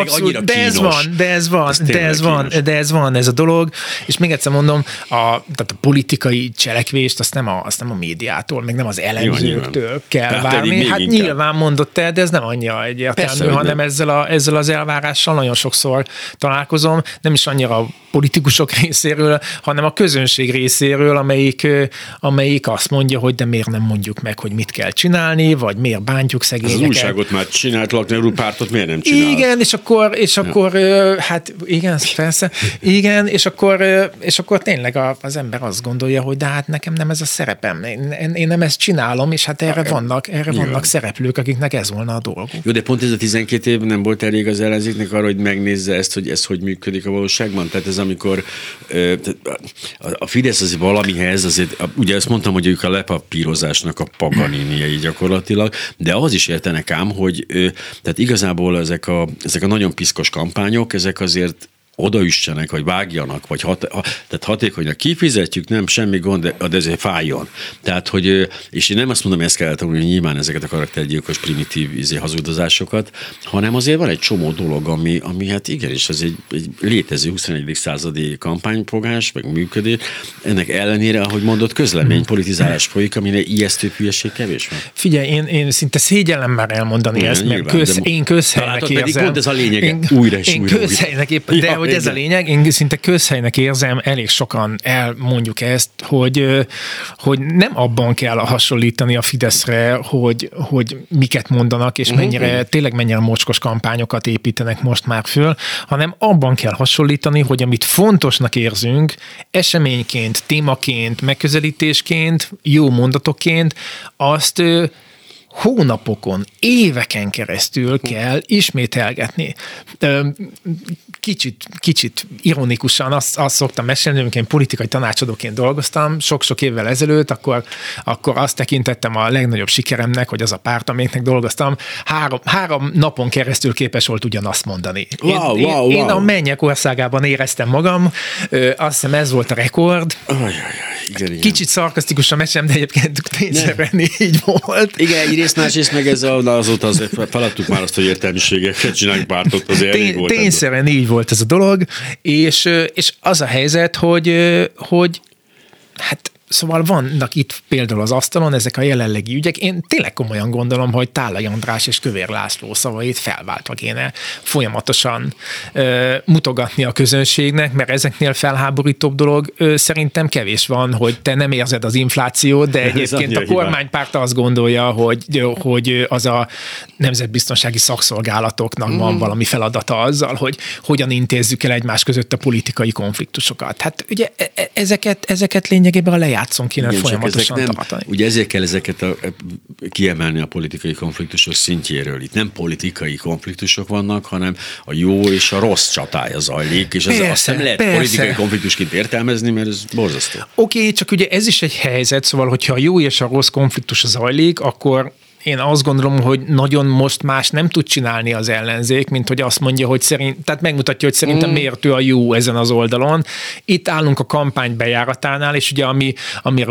De ez van, ez a dolog. És még egyszer mondom, tehát a politikai cselekvést azt nem a médiától, meg nem az elemzőktől kell várni. Hát nyilván mondott te, de ez nem annyira egyértelmű, hanem ezzel az elvárással nagyon sokszor találkozom, nem is annyira a politikusok részéről, hanem a közönség részéről, amelyik azt mondja, hogy de miért nem mondjuk meg, hogy mit kell csinálni, vagy miért bántjuk szegényeket. Az újságot már csináltak, pártot miért nem csinál? Igen, és akkor hát igen, persze. Igen, és akkor tényleg az ember azt gondolja, hogy de hát nekem nem ez a szerepem. Én nem ezt csinálom, és hát erre vannak szereplők, akiknek ez volna a dolguk. Jó, de pont ez a 12 év nem volt elég az ellenzéknek arra, hogy megnézze ezt, hogy ez hogy működik a valóságban? Tehát ez amikor a Fidesz azért valamihez, azért, ugye ezt mondtam, hogy ők a lepapírozásnak a Paganiniei gyakorlatilag, de ahhoz is értenek ám, hogy tehát igazából ezek a nagyon piszkos kampányok, ezek azért odaüssenek, vagy vágjanak, vagy tehát hatékonyan kifizetjük, nem semmi gond, de ezért fájjon. Tehát, hogy, és én nem azt mondom, hogy ezt kell tanulni, nyilván ezeket a karaktergyilkos primitív hazudozásokat, hanem azért van egy csomó dolog, ami hát igenis, ez egy létező 21. századi kampányfogás, meg működés. Ennek ellenére, ahogy mondott, közlemény, politizálás folyik, amire ijesztő hülyeség kevés van. Figyelj, én szinte szégyellem már elmondani ezt, mert én közhelynek érzem. Pont ez a lényeg, újra és újra. Közhelynek éppen, de hogy ez a lényeg, én szinte közhelynek érzem, elég sokan elmondjuk ezt, hogy nem abban kell hasonlítani a Fideszre, hogy miket mondanak, és mennyire mocskos kampányokat építenek most már föl, hanem abban kell hasonlítani, hogy amit fontosnak érzünk, eseményként, témaként, megközelítésként, jó mondatokként, azt hónapokon, éveken keresztül kell ismételgetni. Kicsit ironikusan azt szoktam mesélni, amikor én politikai tanácsadóként dolgoztam sok-sok évvel ezelőtt, akkor azt tekintettem a legnagyobb sikeremnek, hogy az a párt, amelyiknek dolgoztam, három napon keresztül képes volt ugyanazt mondani. Én a mennyek országában éreztem magam, azt hiszem ez volt a rekord. Igen. Kicsit szarkasztikusan mesélem, de egyébként tényszerűen így volt. Igen, egyrészt, másrészt meg azóta azért feladtuk már azt, hogy értelmiségeket csináljuk pártot, azért elég volt. Tényszerűen így volt ez a dolog, és az a helyzet, hogy hát szóval vannak itt például az asztalon ezek a jelenlegi ügyek. Én tényleg komolyan gondolom, hogy Tálai András és Kövér László szavait felváltva kéne folyamatosan mutogatni a közönségnek, mert ezeknél felháborítóbb dolog szerintem kevés van, hogy te nem érzed az inflációt, de egyébként a kormánypárt azt gondolja, hogy az a nemzetbiztonsági szakszolgálatoknak van valami feladata azzal, hogy hogyan intézzük el egymás között a politikai konfliktusokat. Hát ugye ezeket lényegében a lejátszón kéne folyamatosan tartani. Ugye ezért kell ezeket kiemelni a politikai konfliktusok szintjéről. Itt nem politikai konfliktusok vannak, hanem a jó és a rossz csatája zajlik, és azt nem lehet politikai konfliktusként értelmezni, mert ez borzasztó. Oké, csak ugye ez is egy helyzet, szóval, hogyha a jó és a rossz konfliktus zajlik, akkor én azt gondolom, hogy nagyon most más nem tud csinálni az ellenzék, mint hogy azt mondja, hogy tehát megmutatja, hogy szerintem miért ő a jó ezen az oldalon. Itt állunk a kampány bejáratánál, és ugye amire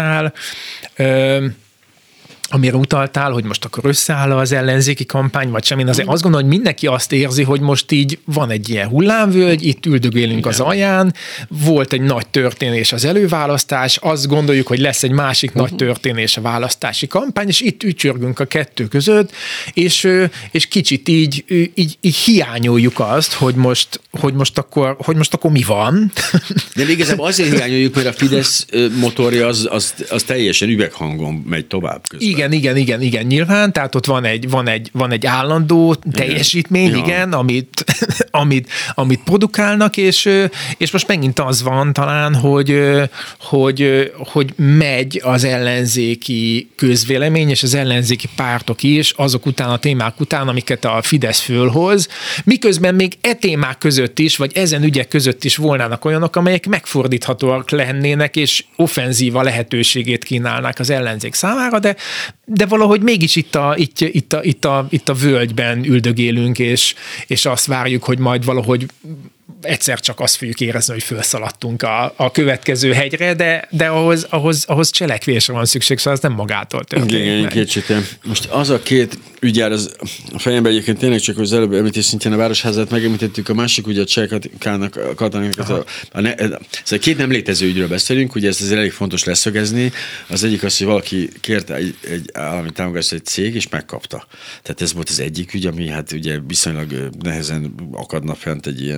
utaltál, hogy most akkor összeáll az ellenzéki kampány, vagy sem. Én azért azt gondolom, hogy mindenki azt érzi, hogy most így van egy ilyen hullámvölgy, itt üldögélünk az alján, volt egy nagy történés az előválasztás, azt gondoljuk, hogy lesz egy másik nagy történés a választási kampány, és itt ücsörgünk a kettő között, és kicsit így hiányoljuk azt, hogy most akkor mi van. De igazából azért hiányoljuk, mert a Fidesz motorja az teljesen üveghangon megy tovább közben. Igen, nyilván, tehát ott van egy állandó teljesítmény, igen, amit produkálnak, és most megint az van talán, hogy megy az ellenzéki közvélemény, és az ellenzéki pártok is azok után, a témák után, amiket a Fidesz fölhoz, miközben még témák között is, vagy ezen ügyek között is volnának olyanok, amelyek megfordíthatóak lennének, és offenzíva lehetőségét kínálnák az ellenzék számára, de valahogy mégis itt a völgyben üldögélünk, és azt várjuk, hogy majd valahogy egyszer csak azt fogjuk érezni, hogy felszaladtunk a következő hegyre, de ahhoz cselekvésre van szükség, szóval ez nem magától történik. Igen, kétségtelen. Most az a két ügyár, az a fejemben egyébként tényleg csak az előbb említés szintjén a Városházát megemlítettük, a másik ugye a Cseh Katalinnak, szóval két nem létező ügyről beszélünk, ugye ez elég fontos leszögezni. Az egyik az, hogy valaki kérte egy állami támogatást egy cég, és megkapta. Tehát ez volt az egyik ügy, ami hát ugye viszonylag nehezen akadna fent egy ilyen korrupció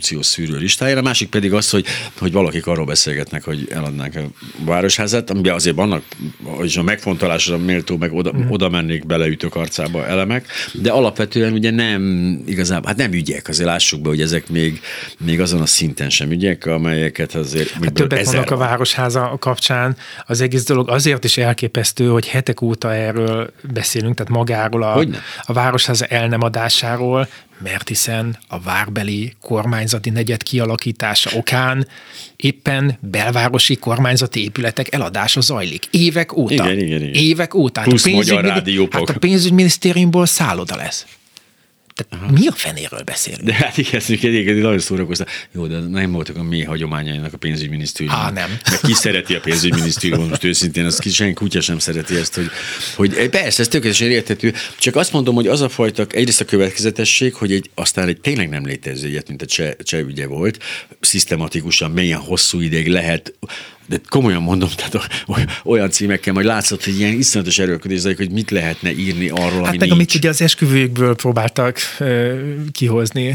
korrupciós szűrő listájára, a másik pedig az, hogy valakik arról beszélgetnek, hogy eladnánk a városházát, amiben azért vannak, hogy a megfontolásra méltó, meg oda mennék beleütők arcába elemek, de alapvetően ugye nem igazából, hát nem ügyek, azért lássuk be, hogy ezek még azon a szinten sem ügyek, amelyeket azért... Hát többet vannak a városháza kapcsán. Az egész dolog azért is elképesztő, hogy hetek óta erről beszélünk, tehát magáról a városháza el nem adásáról, mert hiszen a várbeli kormányzati negyed kialakítása okán éppen belvárosi kormányzati épületek eladása zajlik. Évek óta. Igen. Évek óta. Plusz magyar rádiópok. Hát a pénzügyminisztériumból szálloda lesz. Tehát mi a fenéről beszélünk? De hát igen, egyébként nagyon szórakoztam. Jó, de nem voltak a mély hagyományainak a pénzügyminisztériumban. Nem. Meg ki szereti a pénzügyminisztériumot, most őszintén, senki kutya sem szereti ezt, hogy persze, ez tökéletesen érthető. Csak azt mondom, hogy az a fajta, egyrészt a következetesség, hogy aztán egy tényleg nem létező ilyet, mint a cseh ügye volt, szisztematikusan, milyen hosszú ideig lehet, de komolyan mondom, tehát olyan címekkel majd látszott, hogy ilyen iszonyatos erőlködés zajlik, hogy mit lehetne írni arról, ami meg nincs. amit ugye az esküvőkből próbáltak kihozni.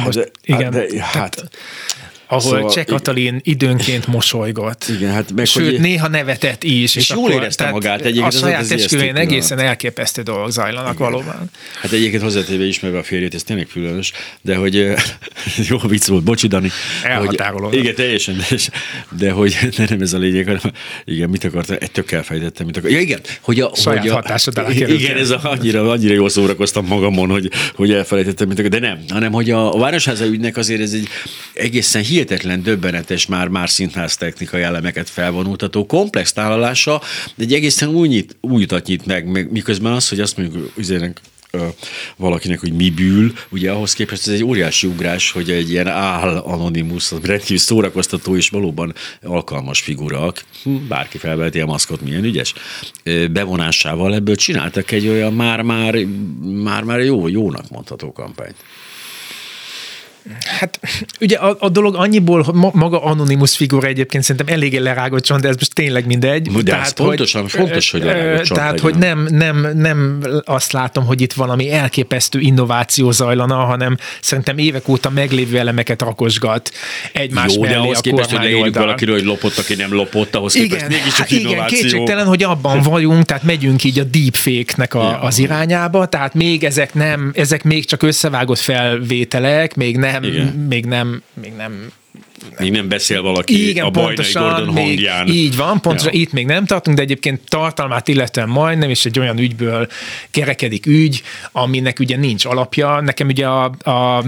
Ahol szóval, Cseh Katalin időnként mosolygott. Igen, hát meg, sőt, néha nevetett is. És jól érezte magát egyébként. A saját esküvőjén egészen elképesztő dolgok zajlanak valóban. Hát egyébként hozzátéve ismerve a férjét, ez tényleg különös, de hogy jó vicc volt, bocsi Dani. Elhatárolódott. Igen, teljesen, de hogy nem ez a lényeg, hanem igen, mit akartam, egy tök elfejtettem, mit akartam. Ja, igen, hogy saját hatásod alá került. Igen, ez annyira jól szórakoztam magamon, hogy elfelejtettem, mit akartam, de nem, hanem hogy a Városháza ügynek azért ez egy egészen hihetetlen, döbbenetes, már színház technikai elemeket felvonultató komplex tálalása, de egy egészen új utat nyit meg, miközben az, hogy azt mondjuk valakinek, hogy mi bűl, ugye ahhoz képest ez egy óriási ugrás, hogy egy ilyen Anonymous, rendkívül szórakoztató és valóban alkalmas figurak, bárki felveheti a maszkot, milyen ügyes, bevonásával ebből csináltak egy olyan már jónak mondható kampányt. Hát ugye a dolog annyiból, hogy maga Anonymous figura egyébként szerintem eléggé lerágott csont, de ez most tényleg mindegy. De tehát, pontosan fontos, hogy lerágott csont. Tehát, hogy nem azt látom, hogy itt valami elképesztő innováció zajlana, hanem szerintem évek óta meglévő elemeket rakosgat egymás mellé a kormány oldal. Jó, de ahhoz képest, hogy leírjuk valakiről, hogy lopott, aki nem lopott, ahhoz képest mégiscsak innováció. Igen, kétségtelen, hogy abban vagyunk, tehát megyünk így a deepfake-nek az irányába, tehát még ezek még csak összevágott felvételek, még nem beszél valaki igen, a Bajnai Gordon hangján. Így van, pontosan itt még nem tartunk, de egyébként tartalmát illetően majdnem, és egy olyan ügyből kerekedik ügy, aminek ugye nincs alapja. Nekem ugye a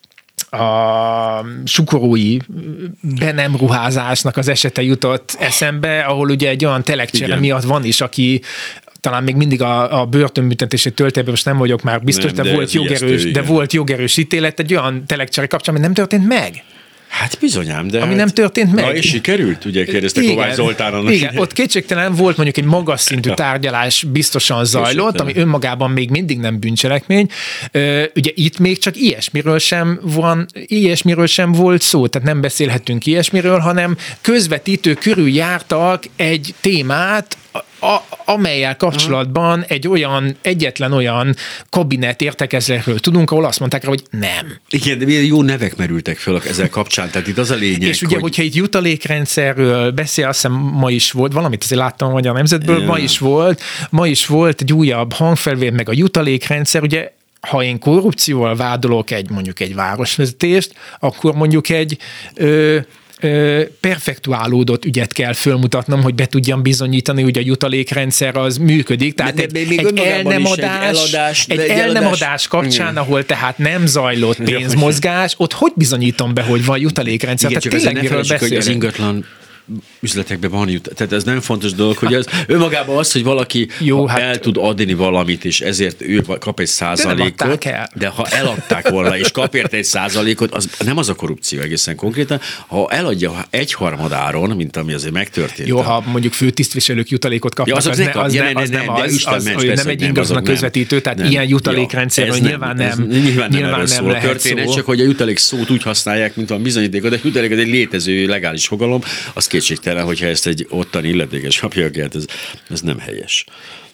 sukorói be nem ruházásnak az esete jutott eszembe, ahol ugye egy olyan telekcsere miatt van is, aki talán még mindig a börtönbüntetését töltében, most nem vagyok már biztos, de volt jogerős ítélet egy olyan telekcsere kapcsán, ami nem történt meg. Hát bizonyám, de... Ami nem történt meg. Na és sikerült, ugye kérdezte Kovács Zoltánon. Igen, ott kétségtelen volt mondjuk egy magas szintű tárgyalás biztosan zajlott, ami önmagában még mindig nem bűncselekmény. Ugye itt még csak ilyesmiről sem volt szó, tehát nem beszélhetünk ilyesmiről, hanem közvetítő körül jártak egy témát, amellyel kapcsolatban egyetlen olyan kabinet értekezletről tudunk, ahol azt mondták rá, hogy nem. Igen, de jó nevek merültek föl ezzel kapcsán, tehát itt az a lényeg, és ugye, hogyha itt jutalékrendszerről beszél, azt hiszem ma is volt, valamit azért láttam, hogy a Nemzetből, ma is volt egy újabb hangfelvétel, meg a jutalékrendszer, ugye ha én korrupcióval vádolok mondjuk egy városvezetést, akkor mondjuk egy perfektuálódott ügyet kell fölmutatnom, hogy be tudjam bizonyítani, hogy a jutalékrendszer az működik. Tehát egy elnemadás kapcsán, ahol tehát nem zajlott pénzmozgás, ott hogy bizonyítom be, hogy van jutalékrendszer? Igen, tehát tényleg miről beszélünk? Hogy az ingatlan üzletekben van tehát ez nem fontos dolog, hogy az önmagában az, hogy valaki el tud adni valamit, és ezért ő kap egy százalékot, de ha eladták volna, és kap érte egy százalékot, az nem az a korrupció egészen konkrétan, ha eladja egyharmadáron, mint ami azért megtörtént. Jó, ha mondjuk főtisztviselők jutalékot kapnak, az nem egy ingatlan közvetítő, tehát ilyen jutalékrendszerről nyilván nem lehet történet, csak hogy a jutalék szót úgy használják, mint a bizonyítékot, de jutalék egy létező legális fogalom, az kétségtelen, hogyha ezt egy ottani illetékes kapja, ez nem helyes.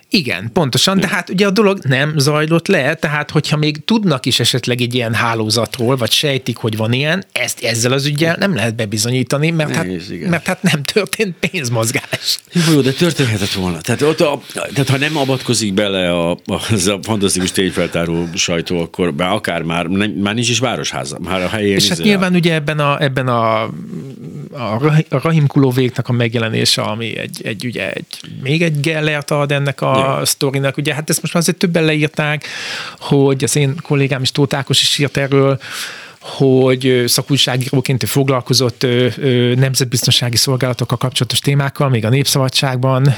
Igen, pontosan, de hát ugye a dolog nem zajlott le, tehát hogyha még tudnak is esetleg egy ilyen hálózatról, vagy sejtik, hogy van ilyen, ezt ezzel az üggyel nem lehet bebizonyítani, mert hát nem történt pénzmozgás. Jó, de történhetett volna. Tehát ha nem avatkozik bele a fantasztikus tényfeltáró sajtó, akkor akár már nincs is városháza. Már a helyén és hát nyilván ugye ebben a Rahim Kulovéknak a megjelenése, ami még egy gellert ad ennek a sztorinak. Ugye hát ezt most már azért többen leírták, hogy az én kollégám is, Tóth Ákos is írt erről, hogy szakújságíróként foglalkozott nemzetbiztonsági szolgálatokkal kapcsolatos témákkal, még a Népszabadságban,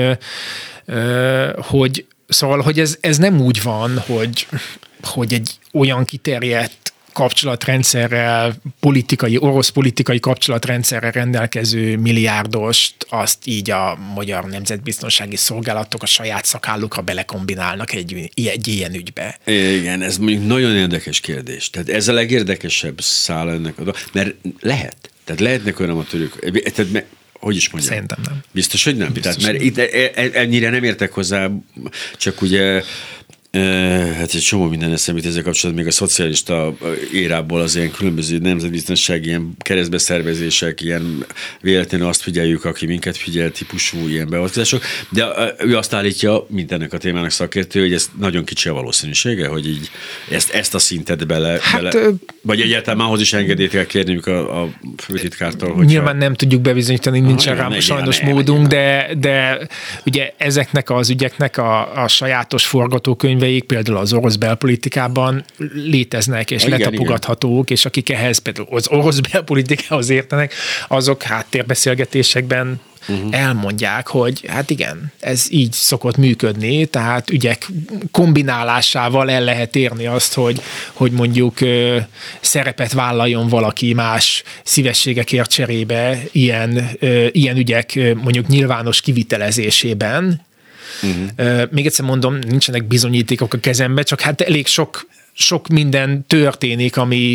hogy ez nem úgy van, hogy egy olyan kiterjedt kapcsolatrendszerrel, orosz politikai kapcsolatrendszerrel rendelkező milliárdost, azt így a magyar nemzetbiztonsági szolgálatok a saját szakállukra belekombinálnak egy ilyen ügybe. Igen, ez mondjuk nagyon érdekes kérdés. Tehát ez a legérdekesebb szál ennek, mert lehet. Tehát lehetnek olyan amatőrök. Hogy is mondjam? Szerintem nem. Biztos, hogy nem? Biztos, tehát, mert itt ennyire nem értek hozzá, csak ugye hát egy csomó minden eszembe ezzel kapcsolatban, még a szocialista érából az ilyen különböző nemzetbiztonsági ilyen keresztbeszervezések, ilyen véletlenül azt figyeljük, aki minket figyel, típusú ilyen beavatkozások, de ő azt állítja, mint ennek a témának szakértő, hogy ez nagyon kicsi a valószínűsége, hogy így ezt a szintet bele vagy egyáltalán ahhoz is engedélyt kell kérniük a főtitkártól. Nyilván nem tudjuk bebizonyítani, nincsen rá sajnos módunk, de ugye ezeknek az ügyeknek a sajátos forgatókönyv például az orosz belpolitikában léteznek és letapogathatók, és akik ehhez például az orosz belpolitikához értenek, azok háttérbeszélgetésekben elmondják, hogy hát igen, ez így szokott működni, tehát ügyek kombinálásával el lehet érni azt, hogy mondjuk szerepet vállaljon valaki más szívességekért cserébe ilyen ügyek mondjuk nyilvános kivitelezésében. Még egyszer mondom, nincsenek bizonyítékok a kezembe, csak hát elég sok minden történik,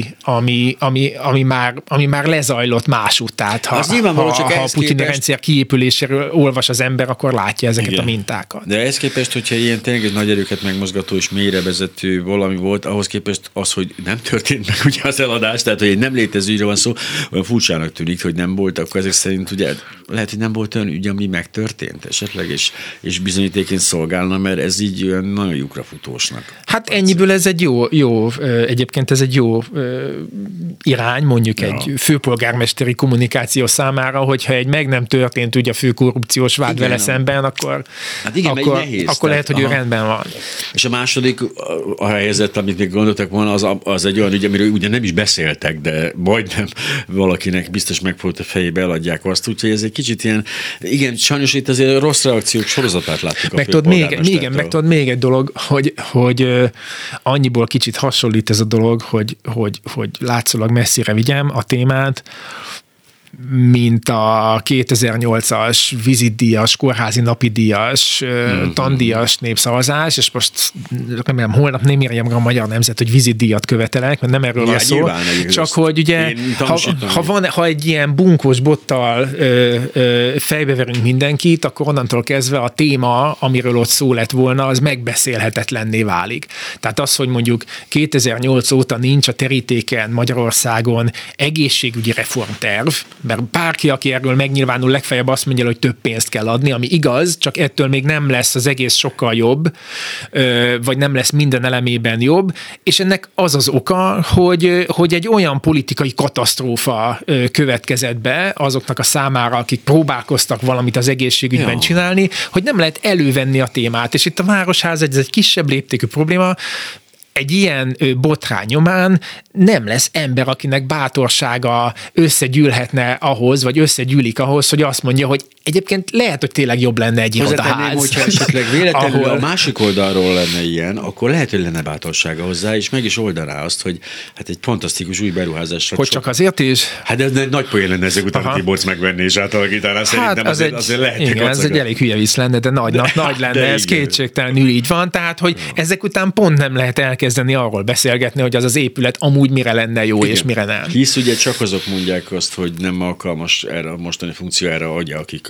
ami már lezajlott másút. Tehát ha a putini rendszer kiépüléséről olvas az ember, akkor látja ezeket a mintákat. De ehhez képest, hogyha ilyen tényleg nagy erőket megmozgató és mélyre vezető valami volt, ahhoz képest az, hogy nem történt meg ugye az eladás, tehát hogy egy nem létező ügyről van szó, olyan furcsának tűnik, hogy nem volt, akkor ezek szerint ugye lehet, hogy nem volt olyan ügy, ami megtörtént esetleg, és bizonyítéként szolgálna, mert ez így olyan nagyon lyukrafutósnak. Hát ennyiből ez egy jó, egyébként ez egy jó irány, mondjuk egy főpolgármesteri kommunikáció számára, hogyha egy meg nem történt ugye a főkorrupciós vád vele szemben, akkor lehet, hogy ő rendben van. És a második a helyzet, amit még gondoltak volna, az egy olyan ügy, amiről ugye nem is beszéltek, de majdnem valakinek biztos megfordult a fejébe, eladják azt, úgyhogy ez egy kicsit ilyen, igen, sajnos itt azért rossz reakciók sorozatát látjuk a főpolgármestertől. Meg tudod még egy dolog, hogy annyiból kicsit hasonlít ez a dolog, hogy látszólag messzire vigyem a témát, mint a 2008-as vizitdíjas, kórházi napidíjas, tandíjas népszavazás, és most remélem holnap nem írjam a Magyar Nemzet, hogy vizitdíjat követelek, mert nem erről van szó, csak hogy ugye, ha egy ilyen bunkós bottal fejbeverünk mindenkit, akkor onnantól kezdve a téma, amiről ott szó lett volna, az megbeszélhetetlenné válik. Tehát az, hogy mondjuk 2008 óta nincs a terítéken Magyarországon egészségügyi reformterv, mert bárki, aki erről megnyilvánul, legfeljebb azt mondja, hogy több pénzt kell adni, ami igaz, csak ettől még nem lesz az egész sokkal jobb, vagy nem lesz minden elemében jobb, és ennek az az oka, hogy egy olyan politikai katasztrófa következett be azoknak a számára, akik próbálkoztak valamit az egészségügyben csinálni, hogy nem lehet elővenni a témát, és itt a Városház ez egy kisebb léptékű probléma. Egy ilyen botrány nyomán nem lesz ember, akinek bátorsága összegyűlhetne ahhoz, vagy összegyűlik ahhoz, hogy azt mondja, hogy egyébként lehet, hogy tényleg jobb lenne egy irodaház. Hogyha esetleg véletlenül a másik oldalról lenne ilyen, akkor lehet, hogy lenne bátorsága hozzá, és meg is oldaná azt, hogy hát egy fantasztikus új beruházásra. Hogy csak azért is? Hát ez nagy poén lenne ezek után, hogy Tiborcs megvenni és átalakítaná. Szerintem azért lehet. Igen, ez egy elég hülye visz lenne, de nagy lenne, ez kétségtelenül így van. Tehát, hogy ezek után pont nem lehet elkezdeni arról beszélgetni, hogy az épület amúgy mire lenne jó, és mire nem. Hisz ugye csak azok mondják azt, hogy nem alkalmas erre a mostani funkciójára, akik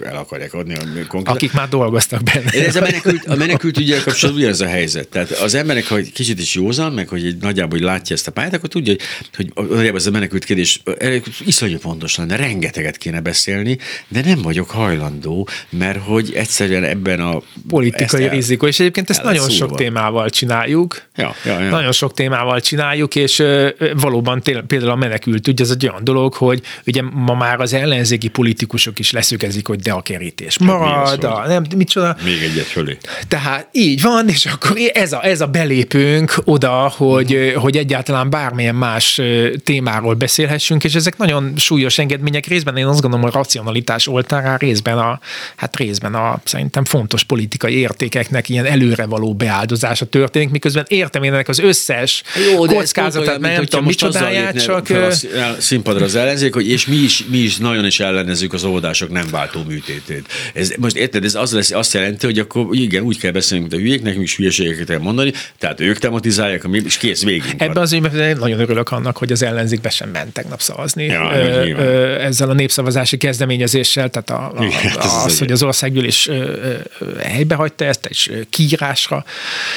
el akarják adni. Akik már dolgoztak benne. Ez a menekült ügyel kapcsolatban ugyanez a helyzet. Tehát az embernek, ha egy kicsit is józan, meg hogy nagyjából látja ezt a pályát, akkor tudja, hogy nagyjából ez a menekült kérdés iszonyú pontos lenne, rengeteget kéne beszélni, de nem vagyok hajlandó, mert hogy egyszerűen ebben a politikai rizikó, és egyébként ezt nagyon sok témával csináljuk. Ja. Nagyon sok témával csináljuk, és valóban például a menekült ügy, ez egy olyan dolog, hogy ugye ma már az ellenzéki politikusok is leszögezik, hogy de a kerítés marad, micsoda. Még egyet fölé. Tehát így van, és akkor ez a belépőnk oda, hogy egyáltalán bármilyen más témáról beszélhessünk, és ezek nagyon súlyos engedmények, részben én azt gondolom, a racionalitás oltárán, részben a szerintem fontos politikai értékeknek ilyen előrevaló beáldozása történik, miközben értem én ennek az összes kockázatát, mert nem tudom micsodáját, csak... Színpadra az ellenzék, hogy és mi is nagyon is ellenezzük az óvodások nem váltó műtétét. Most érted, ez azt jelenti, hogy akkor igen, úgy kell beszélni, mint a hülyék, nekünk is hülyeségeket kell mondani, tehát ők tematizálják, és kész, végig. Ebben az ügyben nagyon örülök annak, hogy az ellenzékbe sem ment tegnap szavazni. Ezzel a népszavazási kezdeményezéssel, tehát az, hogy az országgyűlés helybehagyta ezt, és kiírásra,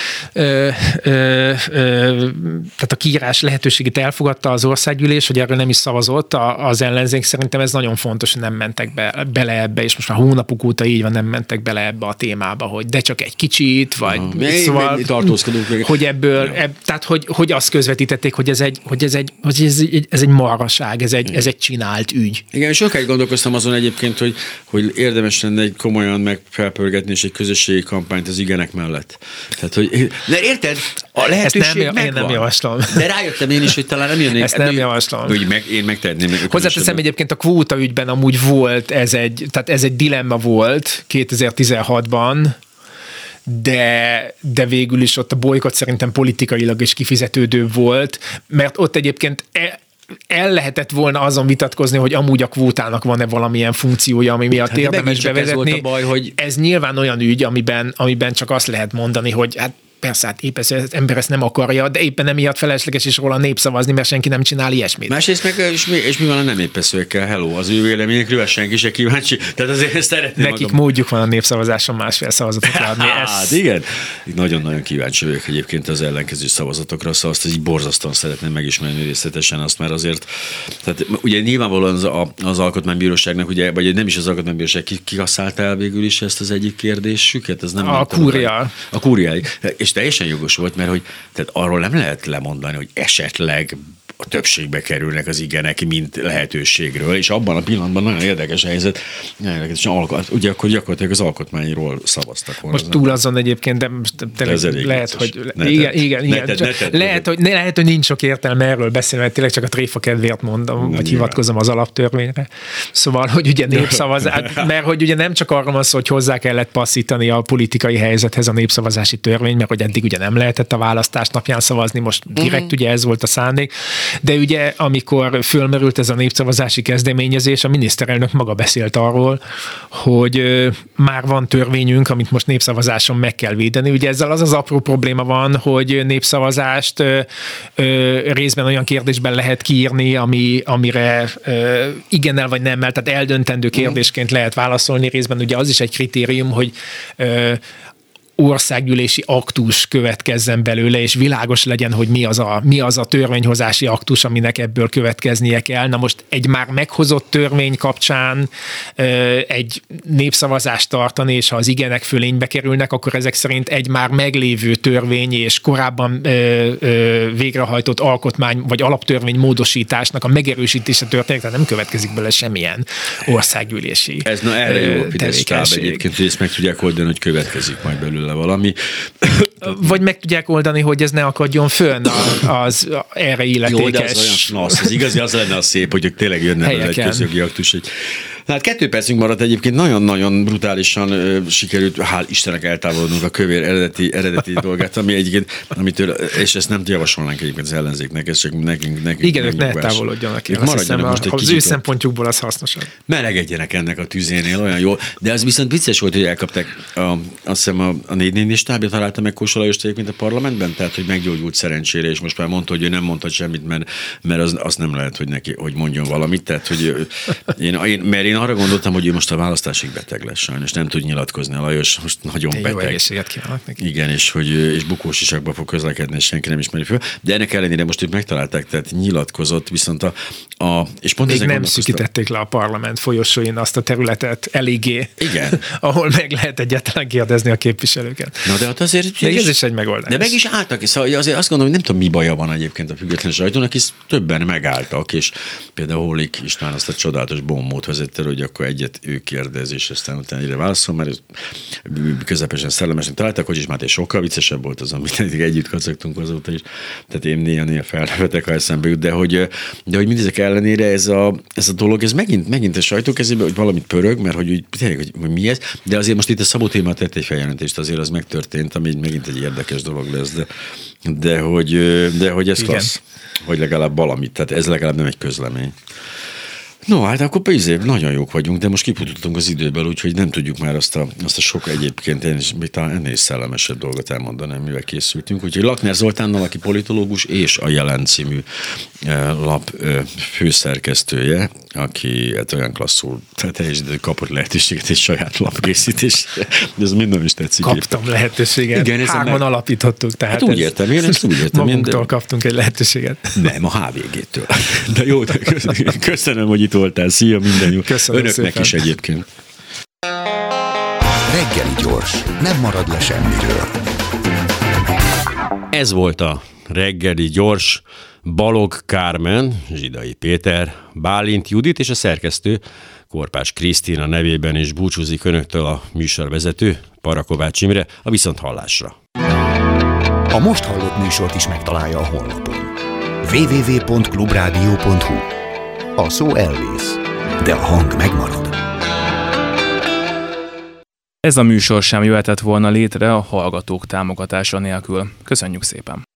tehát a kiírás lehetőségét elfogadta az országgyűlés, hogy erről nem is szavazott az ellenzék. Szerintem ez nagyon fontos, hogy nem mentek bele ebbe, és most már hónapok óta így van, nem mentek bele ebbe a témába, hogy de csak egy kicsit, vagy szóval, hogy ebből, tehát hogy azt közvetítették, hogy ez egy marhaság, ez egy csinált ügy. Igen, sokáig gondolkoztam azon egyébként, hogy érdemes lenne egy komolyan megfelpörgetni és egy közösségi kampányt az igenek mellett. Tehát, hogy, de érted? A lehetőség megvan. Én nem javaslom. De rájöttem én is, hogy talán nem jönnék. Ezt nem javaslom. Én megtenném. Hozzáteszem egyébként a kvóta ügyben amúgy volt, ez egy dilemma volt 2016-ban, de végül is ott a bolykott szerintem politikailag is kifizetődő volt, mert ott egyébként el lehetett volna azon vitatkozni, hogy amúgy a kvótának van-e valamilyen funkciója, ami miatt érdemes bevezetni. Ez baj, hogy... Ez nyilván olyan ügy, amiben csak azt lehet mondani, hogy hát persze, hát épp az ember ezt nem akarja, de éppen emiatt felesleges is róla népszavazni, mert senki nem csinál ilyesmit. Másrészt meg, és mi van a nem épeszőekkel? Hello, az ő véleményekről senki se kíváncsi. Tehát azért ezt szeretném nekik módjuk van a népszavazáson másfél szavazatot adni. Hát igen. Nagyon-nagyon kíváncsi vagyok egyébként az ellenkező szavazatokra, szóval azt így borzasztóan szeretném megismerni részletesen azt, mert azért, tehát ugye nyilvánvalóan az alkotmánybíróságnak, ugye, vagy nem is az alkotmánybíróság kihasználta el végül is ezt az egyik kérdésüket, ez nem a kúria. A kúriai. És teljesen jogos volt, mert hogy tehát arról nem lehet lemondani, hogy esetleg a többségbe kerülnek az igenek, mint lehetőségről, és abban a pillanatban nagyon érdekes helyzet, ugye akkor gyakorlatilag az alkotmányról szavaztak volna. Most túl azon egyébként, de lehet, hogy lehet, hogy nincs sok értelme erről beszélni, mert tényleg csak a tréfa kedvéért mondom, vagy hivatkozom az alaptörvényre. Szóval, hogy ugye népszavazás, mert hogy ugye nem csak arról van szó, hogy hozzá kellett passzítani a politikai helyzethez a népszavazási törvény, mert hogy eddig ugye nem lehetett a választás napján szavazni, most direkt ugye ez volt a szándék. De ugye, amikor fölmerült ez a népszavazási kezdeményezés, a miniszterelnök maga beszélt arról, hogy már van törvényünk, amit most népszavazáson meg kell védeni. Ugye ezzel az apró probléma van, hogy népszavazást részben olyan kérdésben lehet kiírni, amire igennel vagy nemmel, tehát eldöntendő kérdésként lehet válaszolni. Részben ugye az is egy kritérium, hogy országgyűlési aktus következzen belőle, és világos legyen, hogy mi az a törvényhozási aktus, aminek ebből következnie kell. Na most egy már meghozott törvény kapcsán egy népszavazást tartani, és ha az igenek fölénybe kerülnek, akkor ezek szerint egy már meglévő törvény és korábban végrehajtott alkotmány vagy alaptörvény módosításnak a megerősítése történik, tehát nem következik belőle semmilyen országgyűlési erre jó a Fidesz stáb egyébként, hogy ezt meg tudják oldani, hogy következik majd belőle valami. Vagy meg tudják oldani, hogy ez ne akadjon fönn az erre illetékes. Jó, de az olyan nasz, az igazi, az lenne a szép, hogy tényleg jönne egy közjogi aktus. Hát 2 percünk maradt egyébként, nagyon-nagyon brutálisan sikerült, hál' Istennek eltávolodnunk a kövér eredeti dolgát, ami egyébként, amitől, és ezt nem javasolnánk egyébként az ellenzéknek, ez csak nekünk igen, ők ne távolodjanak. Az ő szempontjukból az hasznosabb. Melegedjenek ennek a tüzénél, olyan jó. De az viszont vicces volt, hogy elkapták, azt hiszem a 444 stábja találta meg Kósa Lajost egyébként a parlamentben, tehát hogy meggyógyult szerencsére, és most már mondta, hogy ő nem mondhat semmit, mert azt nem lehet, hogy neki, hogy mondjon valamit, tehát hogy én arra gondoltam, hogy ő most a választásig beteg lesz sajnos, nem tud nyilatkozni a Lajos, most nagyon beteg. Jó egészséget kívánok neki. Igen, és bukósisakba fog közlekedni, és senki nem ismeri föl. De ennek ellenére most őt megtalálták, tehát nyilatkozott, viszont és pont még nem szűkítették le a parlament folyosóin azt a területet eléggé, igen. ahol meg lehet egyáltalán kérdezni a képviselőket. Na de hát azért... De ez is egy megoldás. De meg is álltak, szóval azért azt gondolom, hogy nem tudom, mi baja van egyébként a független sajtónak, hisz többen megálltak, és például Hollik István azt a csodálatos bombót vezette, hogy akkor egyet ő kérdez, és aztán utána egyre válaszol, mert közepesen szellemesen találtak, hogy is Máté sokkal viccesebb volt az, amit együtt kacagtunk azóta is. Tehát én néha felvetek, ha eszembe jut, de hogy mindezek ellenére ez a dolog, ez megint a sajtó kezébe, hogy valamit pörög, mert hogy tényleg, hogy mi ez, de azért most itt a Szabó téma tett egy feljelentést, azért az megtörtént, ami megint egy érdekes dolog lesz, de hogy ez klassz, hogy legalább valamit, tehát ez legalább nem egy közlemény. No, hát akkor nagyon jók vagyunk, de most kiputottunk az időből, úgyhogy nem tudjuk már azt a sok egyébként, én is még talán ennél is szellemesebb dolgot elmondani, mivel készültünk. Úgyhogy Lakner Zoltánnal, aki politológus, és a Jelen című lap főszerkesztője, aki hát olyan klasszul kapott lehetőséget egy saját lapkészítésre, de ez mind nem is tetszik. Kaptam lehetőséget. Igen, hárman alapítottuk. Tehát hát úgy értem, én ezt úgy értem. Magunktól kaptunk egy lehetőséget. Nem, a HVG-től. De jó, köszönöm, hogy itt voltál. Szia, minden jó. Köszönöm Önöknek szépen. is egyébként. Reggeli gyors, nem marad le semmiről. Ez volt a Reggeli gyors. Balog Kármen, Zsidai Péter, Bálint Judit és a szerkesztő Korpás Krisztina nevében is búcsúzik önöktől a műsorvezető Parakovács Imre, a viszonthallásra. A most hallott műsort is megtalálja a honlapon. www.clubradio.hu. A szó elvész, de a hang megmarad. Ez a műsor sem jöhetett volna létre a hallgatók támogatása nélkül. Köszönjük szépen!